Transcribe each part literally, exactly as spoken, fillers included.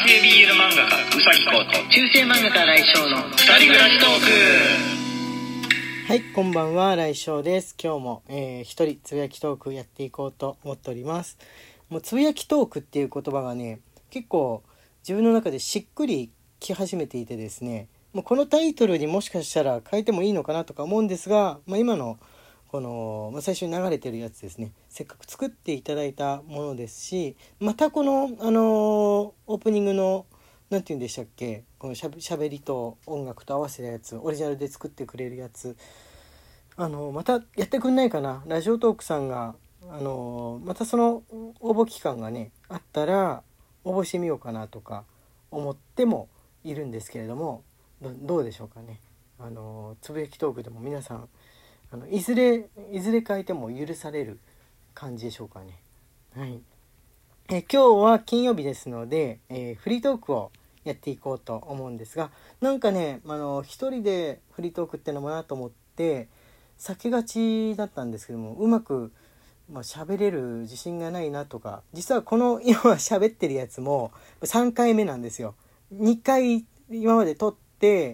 系 ビーエル 漫画家うさぎこと中世漫画家来翔のふたり暮らしトーク。 はい、こんばんは、来翔です。今日も、えー、一人つぶやきトークやっていこうと思っております。もうつぶやきトークっていう言葉がね、結構自分の中でしっくりき始めていてですね、もうこのタイトルにもしかしたら変えてもいいのかなとか思うんですが、まあ、今のこの、まあ、最初に流れてるやつですね、せっかく作っていただいたものですし、またこの、あのー、オープニングのなんて言うんでしたっけ、このしゃべ、しゃべりと音楽と合わせたやつ、オリジナルで作ってくれるやつ、あのまたやってくんないかな。ラジオトークさんがあのまたその応募期間がねあったら応募してみようかなとか思ってもいるんですけれども、 ど, どうでしょうかね。あのつぶやきトークでも皆さんあのいずれいずれ変えても許される感じでしょうかね。はい、え今日は金曜日ですので、えー、フリートークをやっていこうと思うんですが、なんかねあの一人でフリートークってのもなと思って避けがちだったんですけども、うまくまあ、喋れる自信がないなとか、実はこの今喋ってるやつもさんかいめなんですよ。にかい今まで撮って、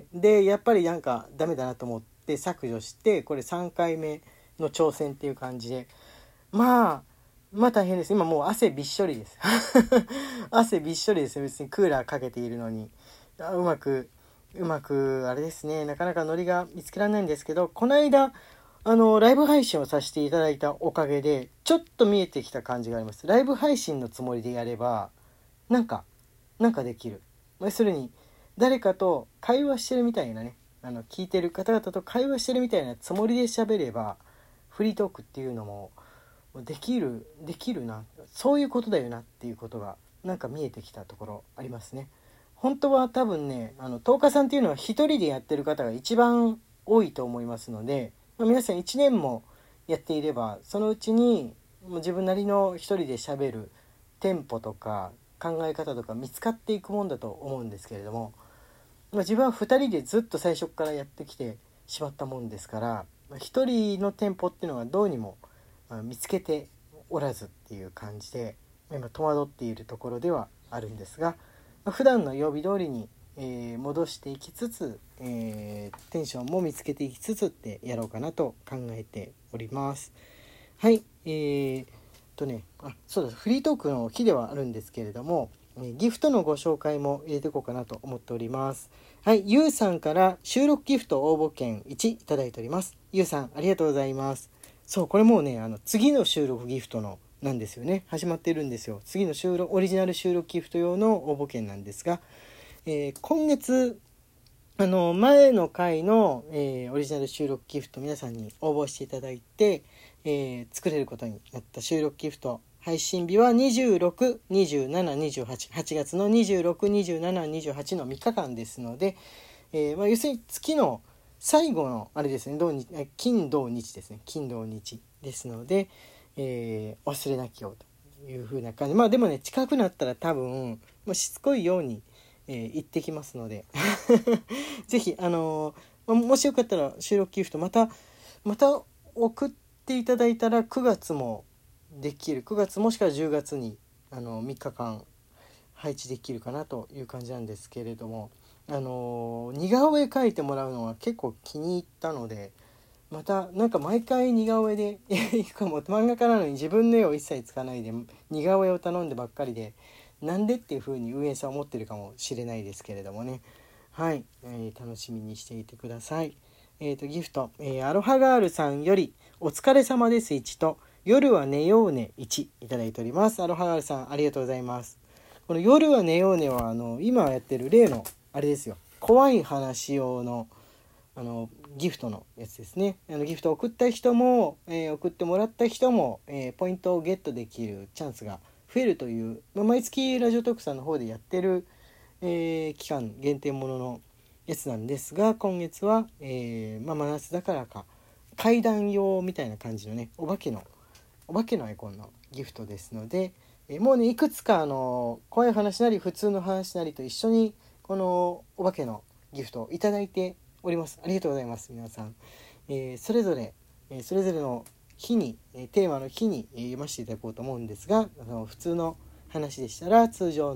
でやっぱりなんかダメだなと思って削除して、これさんかいめの挑戦っていう感じで、まあまあ大変です。今もう汗びっしょりです汗びっしょりです。別にクーラーかけているのに、あうまくうまくあれですね、なかなかノリが見つけられないんですけど、この間あのライブ配信をさせていただいたおかげでちょっと見えてきた感じがあります。ライブ配信のつもりでやればなんかなんかできる、要するに誰かと会話してるみたいなね、あの聞いてる方々と会話してるみたいなつもりで喋ればフリートークっていうのもできるできるな、そういうことだよなっていうことがなんか見えてきたところありますね。本当は多分ね、あのとおかさんっていうのは一人でやってる方が一番多いと思いますので、まあ、皆さんいちねんもやっていればそのうちにもう自分なりの一人で喋るテンポとか考え方とか見つかっていくもんだと思うんですけれども、まあ、自分はふたりでずっと最初からやってきてしまったもんですから、まあ、ひとりのテンポっていうのがどうにも見つけておらずっていう感じで今戸惑っているところではあるんですが、まあ、普段の曜日通りに、えー、戻していきつつ、えー、テンションも見つけていきつつってやろうかなと考えております。はい、えー、とねあそうです、フリートークの日ではあるんですけれども、ギフトのご紹介も入れていこうかなと思っております。はい、ゆうさんから収録ギフト応募券いちいただいております。ゆうさんありがとうございます。そう、これもうね、あの次の収録ギフトのなんですよね。始まってるんですよ。次の収録オリジナル収録ギフト用の応募券なんですが、えー、今月あの前の回の、えー、オリジナル収録ギフト皆さんに応募していただいて、えー、作れることになった収録ギフト配信日はにじゅうろく、にじゅうなな、にじゅうはち、はちがつのにじゅうろく、にじゅうなな、にじゅうはちのみっかかんですので、えーまあ、要するに月の最後のあれですね、土日金土日ですね、金土日ですので、えー、忘れなきようという風な感じ。まあでもね、近くなったら多分もうしつこいように、えー、行ってきますのでぜひあのー、もしよかったら収録ギフトまたまた送っていただいたらくがつもできる、くがつもしくはじゅうがつにあのみっかかん配置できるかなという感じなんですけれども、あの似顔絵描いてもらうのは結構気に入ったので、またなんか毎回似顔絵でいくかも。漫画家なのに自分の絵を一切使わないで似顔絵を頼んでばっかりで、なんでっていう風に運営さん思ってるかもしれないですけれどもね。はい、えー、楽しみにしていてください。えーとギフト、えー、アロハガールさんよりお疲れ様ですいちと夜は寝ようねいちいただいております。アロハガールさんありがとうございます。この夜は寝ようねはあの今やってる例のあれですよ、怖い話用のあのギフトのやつですね。あのギフトを送った人も、えー、送ってもらった人も、えー、ポイントをゲットできるチャンスが増えるという、まあ、毎月ラジオトークさんの方でやってる、えー、期間限定もののやつなんですが、今月は、えーまあ、真夏だからか怪談用みたいな感じのね、お化けのお化けのアイコンのギフトですので、えー、もうねいくつかあの怖い話なり普通の話なりと一緒にこのお化けのギフトをいただいております。ありがとうございます皆さん。えー、それぞれ、えー、それぞれの日に、えー、テーマの日に、えー、読ませていただこうと思うんですが、あの普通の話でしたら通常の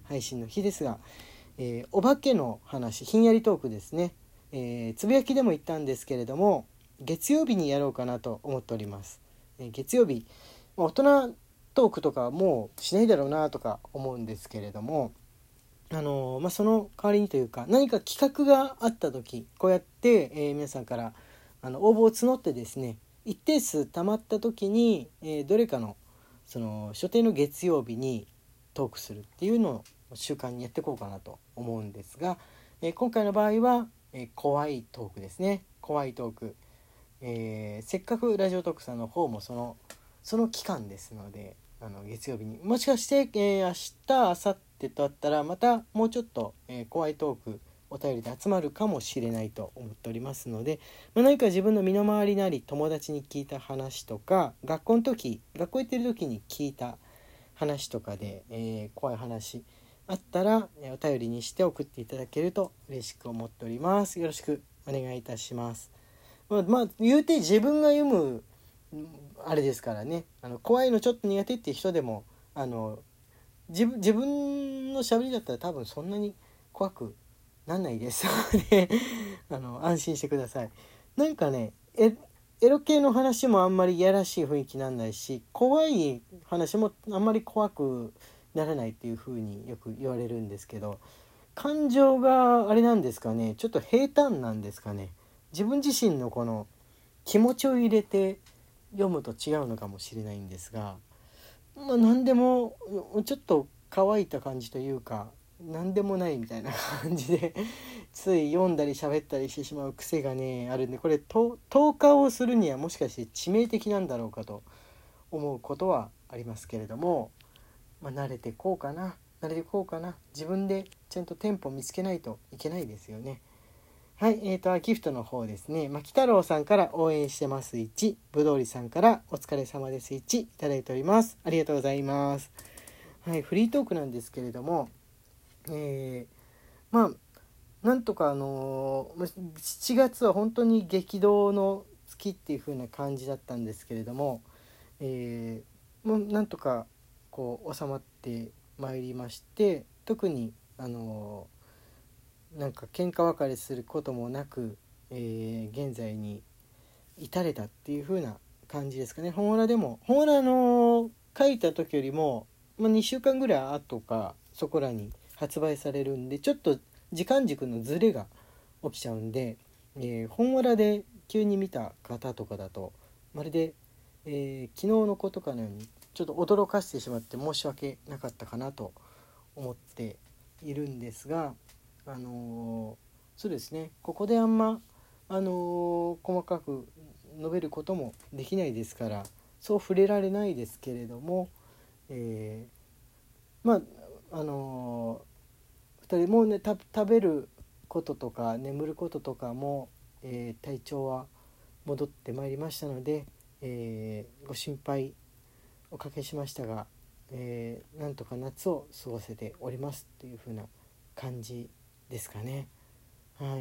配信の日ですが、えー、お化けの話、ひんやりトークですね、えー、つぶやきでも言ったんですけれども、月曜日にやろうかなと思っております。えー、月曜日、大人トークとかもうしないだろうなとか思うんですけれども、あのーまあ、その代わりにというか、何か企画があった時、こうやって、えー、皆さんからあの応募を募ってですね、一定数たまった時に、えー、どれかのその所定の月曜日にトークするっていうのを習慣にやっていこうかなと思うんですが、えー、今回の場合は、えー、怖いトークですね。怖いトーク、えー、せっかくラジオトークさんの方もそのその期間ですので、あの月曜日にもしかして、えー、明日明後日とあったらまたもうちょっと、えー、怖いトークお便りで集まるかもしれないと思っておりますので、まあ、何か自分の身の回りなり友達に聞いた話とか、学校の時学校行ってる時に聞いた話とかで、えー、怖い話あったら、えー、お便りにして送っていただけると嬉しく思っております。よろしくお願いいたします。まあ、まあ、言うて自分が読むあれですからね、あの怖いのちょっと苦手っていう人でも、あの自分自分の喋りだったら多分そんなに怖くなんないですのであの安心してください。なんかね、エエロ系の話もあんまりいやらしい雰囲気なんないし、怖い話もあんまり怖くならないっていう風によく言われるんですけど、感情があれなんですかね、ちょっと平坦なんですかね。自分自身のこの気持ちを入れて読むと違うのかもしれないんですが、まあ、何でもちょっと乾いた感じというか、何でもないみたいな感じでつい読んだり喋ったりしてしまう癖がねあるんで、これと投下をするにはもしかして致命的なんだろうかと思うことはありますけれども、まあ、慣れてこうかな慣れてこうかな自分でちゃんとテンポ見つけないといけないですよね。はい、えーとギフトの方ですね、牧太郎さんから応援してますいち、ぶどうりさんからお疲れ様ですいちいただいております。ありがとうございます。はい、フリートークなんですけれども、えー、まあなんとかあのー、しちがつは本当に激動の月っていう風な感じだったんですけれども、えー、もうなんとかこう収まってまいりまして、特にあのーなんか喧嘩別れすることもなく、えー、現在に至れたっていう風な感じですかね。本裏でも本裏の書いた時よりも、まあ、にしゅうかんぐらい後かそこらに発売されるんで、ちょっと時間軸のズレが起きちゃうんで、えー、本裏で急に見た方とかだとまるで、えー、昨日のことかのようにちょっと驚かせてしまって申し訳なかったかなと思っているんですが、あのー、そうですね、ここであんま、あのー、細かく述べることもできないですからそう触れられないですけれども、えー、まああのー、ふたりもねた食べることとか眠ることとかも、えー、体調は戻ってまいりましたので、えー、ご心配おかけしましたが、えー、なんとか夏を過ごせておりますというふうな感じですかね。はい。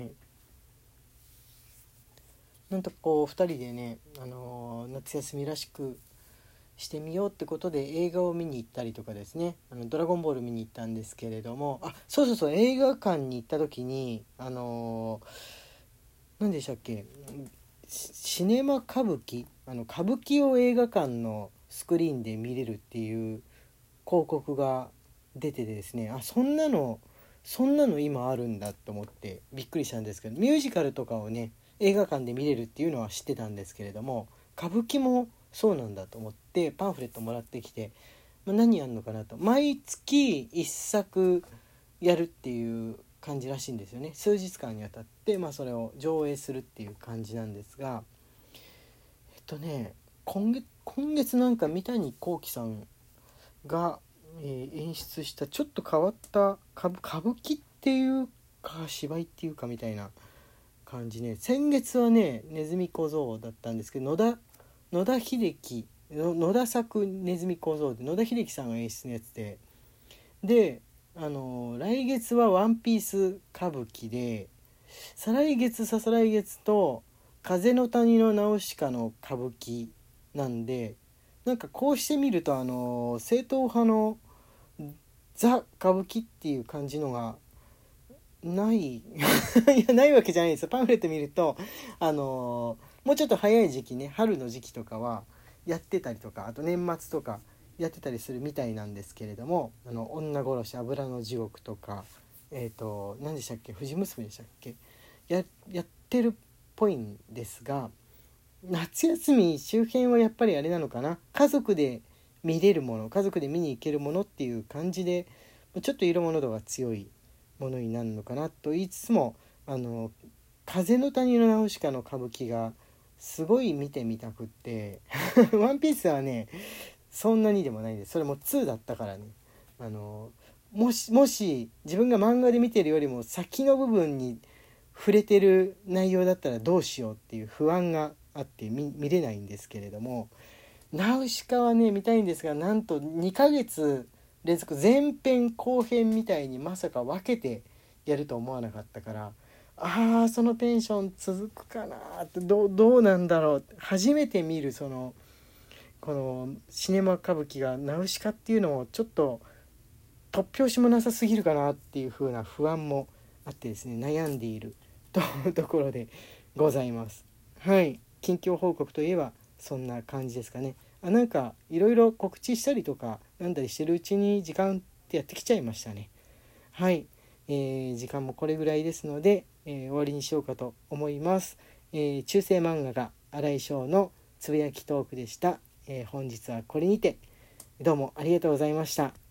なんとかこうふたりでね、あのー、夏休みらしくしてみようってことで映画を見に行ったりとかですね、あのドラゴンボール見に行ったんですけれども、あ、そうそうそう、映画館に行った時にあのー、何でしたっけ、シネマ歌舞伎、あの歌舞伎を映画館のスクリーンで見れるっていう広告が出ててですね、あ、そんなのそんなの今あるんだと思ってびっくりしたんですけど、ミュージカルとかをね映画館で見れるっていうのは知ってたんですけれども、歌舞伎もそうなんだと思ってパンフレットもらってきて、まあ、何やるのかなと、毎月いっさくやるっていう感じらしいんですよね。数日間にわたって、まあ、それを上映するっていう感じなんですが、えっとね今月今月なんか三谷幸喜さんが、えー演出したちょっと変わった歌舞歌舞伎っていうか芝居っていうかみたいな感じね。先月はねネズミ小僧だったんですけど、野田野田秀樹の野田作ネズミ小僧で野田秀樹さんが演出のやつで、であのー来月はワンピース歌舞伎で、再来月再来月と風の谷のナウシカの歌舞伎なんで、なんかこうしてみるとあの正統派のザ歌舞伎っていう感じのがないいやないわけじゃないですよ。パンフレット見るとあのー、もうちょっと早い時期ね、春の時期とかはやってたりとか、あと年末とかやってたりするみたいなんですけれども、あの女殺し油の地獄とか、えっと何でしたっけ、藤娘でしたっけ、ややってるっぽいんですが、夏休み周辺はやっぱりあれなのかな、家族で見れるもの、家族で見に行けるものっていう感じで、ちょっと色物度が強いものになるのかなと言いつつも、あの風の谷のナウシカの歌舞伎がすごい見てみたくってワンピースはねそんなにでもないです。それもツーだったからね、あのもしもし自分が漫画で見てるよりも先の部分に触れてる内容だったらどうしようっていう不安があって 見, 見れないんですけれども、ナウシカはね見たいんですが、なんとにかげつ連続前編後編みたいにまさか分けてやると思わなかったから、ああそのテンション続くかなって、どうどうなんだろう、初めて見るそのこのシネマ歌舞伎がナウシカっていうのもちょっと突拍子もなさすぎるかなっていう風な不安もあってですね、悩んでいるとところでございます。はい、近況報告といえばそんな感じですかね。あ、なんかいろいろ告知したりとかなんだりしてるうちに時間ってやってきちゃいましたね。はい、えー、時間もこれぐらいですので、えー、終わりにしようかと思います。えー、中世漫画家新井翔のつぶやきトークでした。えー、本日はこれにてどうもありがとうございました。